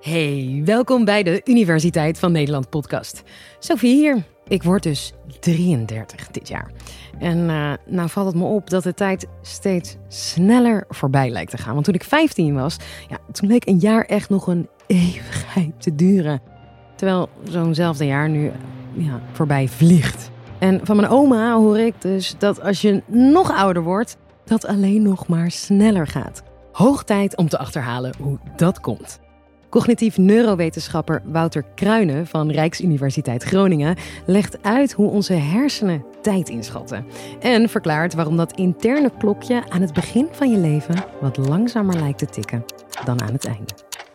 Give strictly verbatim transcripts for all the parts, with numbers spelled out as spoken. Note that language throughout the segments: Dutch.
Hey, welkom bij de Universiteit van Nederland podcast. Sophie hier. Ik word dus drieëndertig dit jaar. En uh, nou valt het me op dat de tijd steeds sneller voorbij lijkt te gaan. Want toen ik vijftien was, ja, toen leek een jaar echt nog een eeuwigheid te duren. Terwijl zo'nzelfde jaar nu ja, voorbij vliegt. En van mijn oma hoor ik dus dat als je nog ouder wordt, dat alleen nog maar sneller gaat. Hoog tijd om te achterhalen hoe dat komt. Cognitief neurowetenschapper Wouter Kruijnen van Rijksuniversiteit Groningen legt uit hoe onze hersenen tijd inschatten. En verklaart waarom dat interne klokje aan het begin van je leven wat langzamer lijkt te tikken dan aan het einde.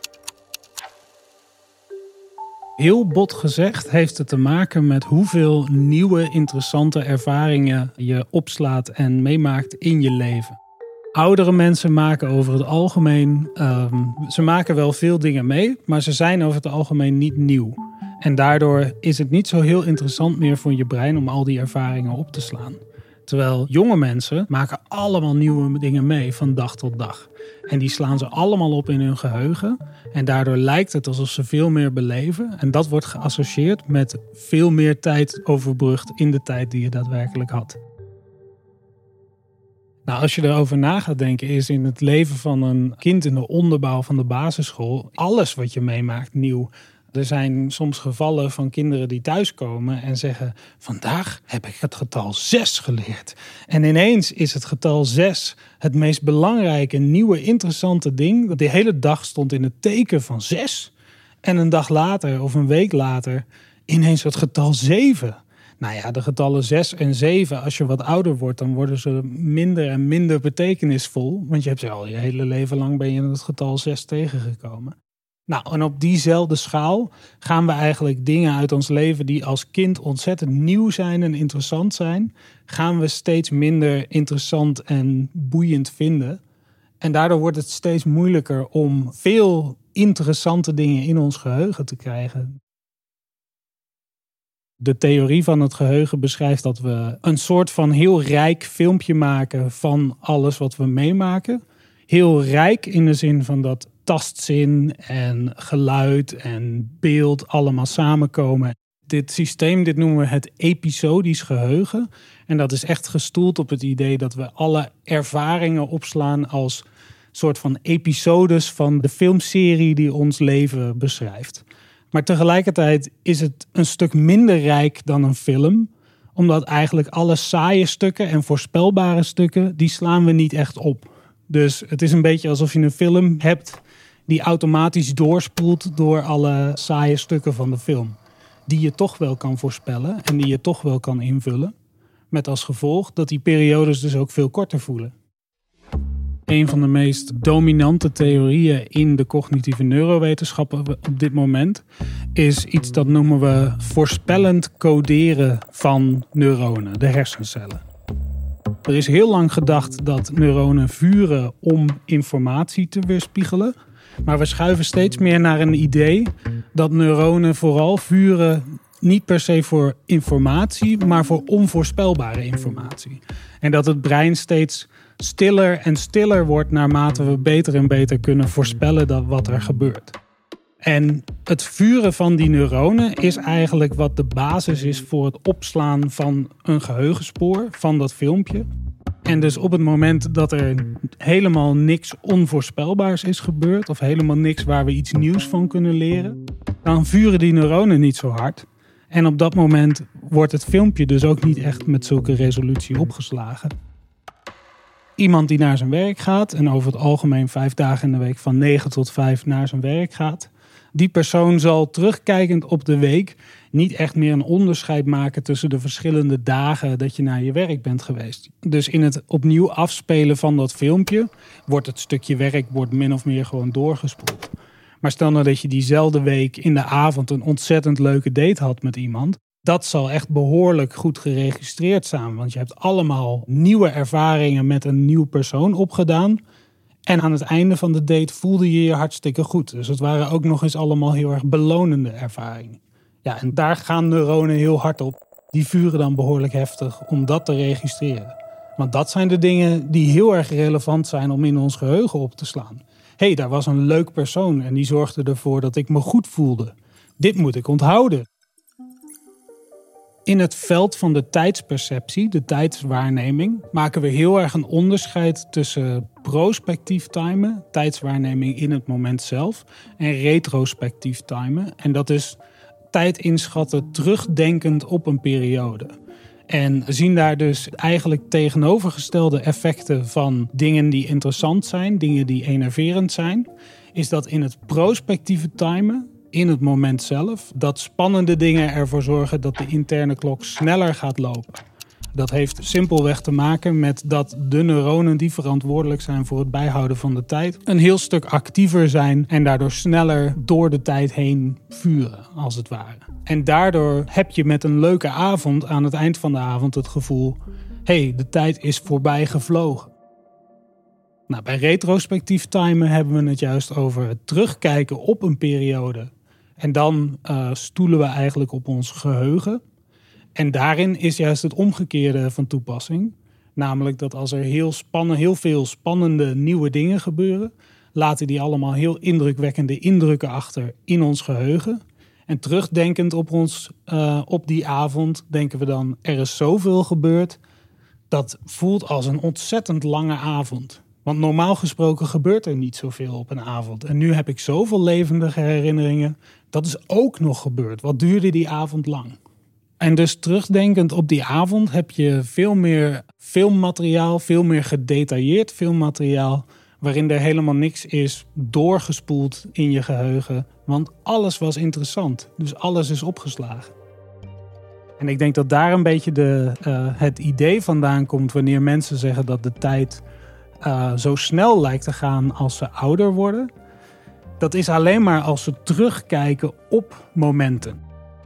Heel bot gezegd heeft het te maken met hoeveel nieuwe interessante ervaringen je opslaat en meemaakt in je leven. Oudere mensen maken over het algemeen, um, ze maken wel veel dingen mee, maar ze zijn over het algemeen niet nieuw. En daardoor is het niet zo heel interessant meer voor je brein om al die ervaringen op te slaan. Terwijl jonge mensen maken allemaal nieuwe dingen mee van dag tot dag. En die slaan ze allemaal op in hun geheugen. En daardoor lijkt het alsof ze veel meer beleven. En dat wordt geassocieerd met veel meer tijd overbrugd in de tijd die je daadwerkelijk had. Nou, als je erover na gaat denken, is in het leven van een kind in de onderbouw van de basisschool alles wat je meemaakt nieuw. Er zijn soms gevallen van kinderen die thuiskomen en zeggen: vandaag heb ik het getal zes geleerd. En ineens is het getal zes het meest belangrijke, nieuwe, interessante ding. Dat de hele dag stond in het teken van zes. En een dag later of een week later ineens het getal zeven. Nou ja, de getallen zes en zeven, als je wat ouder wordt, dan worden ze minder en minder betekenisvol. Want je hebt ze al je hele leven lang ben je het getal zes tegengekomen. Nou, en op diezelfde schaal gaan we eigenlijk dingen uit ons leven die als kind ontzettend nieuw zijn en interessant zijn, gaan we steeds minder interessant en boeiend vinden. En daardoor wordt het steeds moeilijker om veel interessante dingen in ons geheugen te krijgen. De theorie van het geheugen beschrijft dat we een soort van heel rijk filmpje maken van alles wat we meemaken. Heel rijk in de zin van dat tastzin en geluid en beeld allemaal samenkomen. Dit systeem, dit noemen we het episodisch geheugen. En dat is echt gestoeld op het idee dat we alle ervaringen opslaan als soort van episodes van de filmserie die ons leven beschrijft. Maar tegelijkertijd is het een stuk minder rijk dan een film. Omdat eigenlijk alle saaie stukken en voorspelbare stukken, die slaan we niet echt op. Dus het is een beetje alsof je een film hebt die automatisch doorspoelt door alle saaie stukken van de film. Die je toch wel kan voorspellen en die je toch wel kan invullen. Met als gevolg dat die periodes dus ook veel korter voelen. Een van de meest dominante theorieën in de cognitieve neurowetenschappen op dit moment is iets dat noemen we voorspellend coderen van neuronen, de hersencellen. Er is heel lang gedacht dat neuronen vuren om informatie te weerspiegelen. Maar we schuiven steeds meer naar een idee dat neuronen vooral vuren niet per se voor informatie, maar voor onvoorspelbare informatie. En dat het brein steeds stiller en stiller wordt naarmate we beter en beter kunnen voorspellen dat wat er gebeurt. En het vuren van die neuronen is eigenlijk wat de basis is voor het opslaan van een geheugenspoor van dat filmpje. En dus op het moment dat er helemaal niks onvoorspelbaars is gebeurd, of helemaal niks waar we iets nieuws van kunnen leren, dan vuren die neuronen niet zo hard. En op dat moment wordt het filmpje dus ook niet echt met zulke resolutie opgeslagen. Iemand die naar zijn werk gaat en over het algemeen vijf dagen in de week van negen tot vijf naar zijn werk gaat, die persoon zal terugkijkend op de week niet echt meer een onderscheid maken tussen de verschillende dagen dat je naar je werk bent geweest. Dus in het opnieuw afspelen van dat filmpje wordt het stukje werk wordt min of meer gewoon doorgespoeld. Maar stel nou dat je diezelfde week in de avond een ontzettend leuke date had met iemand. Dat zal echt behoorlijk goed geregistreerd staan. Want je hebt allemaal nieuwe ervaringen met een nieuw persoon opgedaan. En aan het einde van de date voelde je je hartstikke goed. Dus het waren ook nog eens allemaal heel erg belonende ervaringen. Ja, en daar gaan neuronen heel hard op. Die vuren dan behoorlijk heftig om dat te registreren. Want dat zijn de dingen die heel erg relevant zijn om in ons geheugen op te slaan. hey, daar was een leuk persoon en die zorgde ervoor dat ik me goed voelde. Dit moet ik onthouden. In het veld van de tijdsperceptie, de tijdswaarneming, maken we heel erg een onderscheid tussen prospectief timen, tijdswaarneming in het moment zelf, en retrospectief timen. En dat is tijd inschatten terugdenkend op een periode. En we zien daar dus eigenlijk tegenovergestelde effecten van dingen die interessant zijn, dingen die enerverend zijn. Is dat in het prospectieve timen, in het moment zelf, dat spannende dingen ervoor zorgen dat de interne klok sneller gaat lopen. Dat heeft simpelweg te maken met dat de neuronen die verantwoordelijk zijn voor het bijhouden van de tijd een heel stuk actiever zijn en daardoor sneller door de tijd heen vuren, als het ware. En daardoor heb je met een leuke avond aan het eind van de avond het gevoel, hé, hey, de tijd is voorbij gevlogen. Nou, bij retrospectief timen hebben we het juist over het terugkijken op een periode. En dan uh, stoelen we eigenlijk op ons geheugen. En daarin is juist het omgekeerde van toepassing. Namelijk dat als er heel, spannen, heel veel spannende nieuwe dingen gebeuren, laten die allemaal heel indrukwekkende indrukken achter in ons geheugen. En terugdenkend op, ons, uh, op die avond denken we dan, er is zoveel gebeurd. Dat voelt als een ontzettend lange avond. Want normaal gesproken gebeurt er niet zoveel op een avond. En nu heb ik zoveel levendige herinneringen. Dat is ook nog gebeurd. Wat duurde die avond lang? En dus terugdenkend op die avond heb je veel meer filmmateriaal, veel meer gedetailleerd filmmateriaal, waarin er helemaal niks is doorgespoeld in je geheugen. Want alles was interessant. Dus alles is opgeslagen. En ik denk dat daar een beetje de, uh, het idee vandaan komt wanneer mensen zeggen dat de tijd uh, zo snel lijkt te gaan als ze ouder worden. Dat is alleen maar als ze terugkijken op momenten.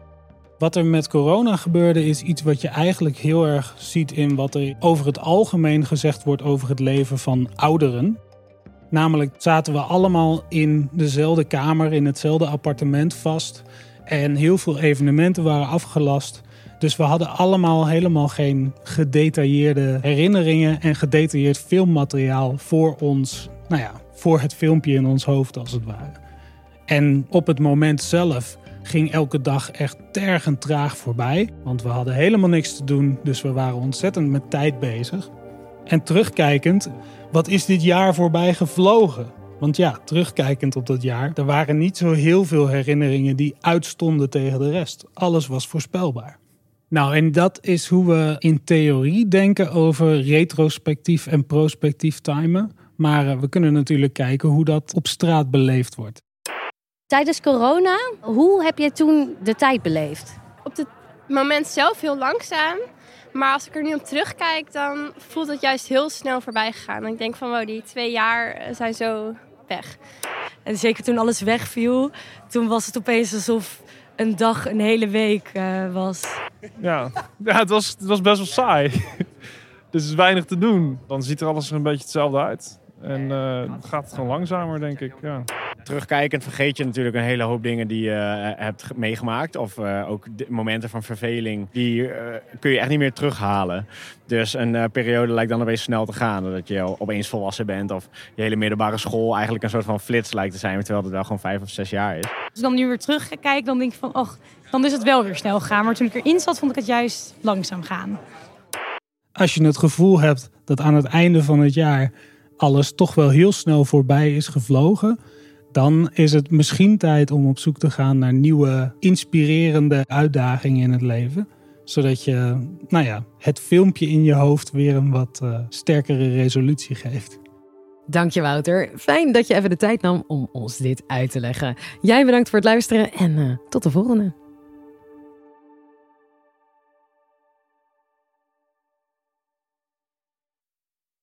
Wat er met corona gebeurde is iets wat je eigenlijk heel erg ziet in wat er over het algemeen gezegd wordt over het leven van ouderen. Namelijk zaten we allemaal in dezelfde kamer, in hetzelfde appartement vast. En heel veel evenementen waren afgelast. Dus we hadden allemaal helemaal geen gedetailleerde herinneringen en gedetailleerd filmmateriaal voor ons, nou ja, voor het filmpje in ons hoofd als het ware. En op het moment zelf ging elke dag echt tergend traag voorbij. Want we hadden helemaal niks te doen, dus we waren ontzettend met tijd bezig. En terugkijkend, wat is dit jaar voorbij gevlogen? Want ja, terugkijkend op dat jaar, er waren niet zo heel veel herinneringen die uitstonden tegen de rest. Alles was voorspelbaar. Nou, en dat is hoe we in theorie denken over retrospectief en prospectief timen. Maar uh, we kunnen natuurlijk kijken hoe dat op straat beleefd wordt. Tijdens corona, hoe heb je toen de tijd beleefd? Op het moment zelf heel langzaam. Maar als ik er nu op terugkijk, dan voelt het juist heel snel voorbij gegaan. En ik denk van, wow, die twee jaar zijn zo weg. En zeker toen alles wegviel, toen was het opeens alsof een dag een hele week uh, was. Ja, ja het, was, het was best wel saai. Dus er is weinig te doen. Dan ziet er alles er een beetje hetzelfde uit. En uh, gaat het gewoon langzamer, denk ik. Ja. Terugkijkend vergeet je natuurlijk een hele hoop dingen die je uh, hebt meegemaakt. Of uh, ook momenten van verveling. Die uh, kun je echt niet meer terughalen. Dus een uh, periode lijkt dan opeens snel te gaan. Dat je opeens volwassen bent. Of je hele middelbare school eigenlijk een soort van flits lijkt te zijn. Terwijl het wel gewoon vijf of zes jaar is. Als ik dan nu weer terugkijk, dan denk ik van, och, dan is het wel weer snel gaan. Maar toen ik erin zat, vond ik het juist langzaam gaan. Als je het gevoel hebt dat aan het einde van het jaar alles toch wel heel snel voorbij is gevlogen, dan is het misschien tijd om op zoek te gaan naar nieuwe, inspirerende uitdagingen in het leven. Zodat je, nou ja, het filmpje in je hoofd weer een wat uh, sterkere resolutie geeft. Dank je, Wouter. Fijn dat je even de tijd nam om ons dit uit te leggen. Jij bedankt voor het luisteren en uh, tot de volgende.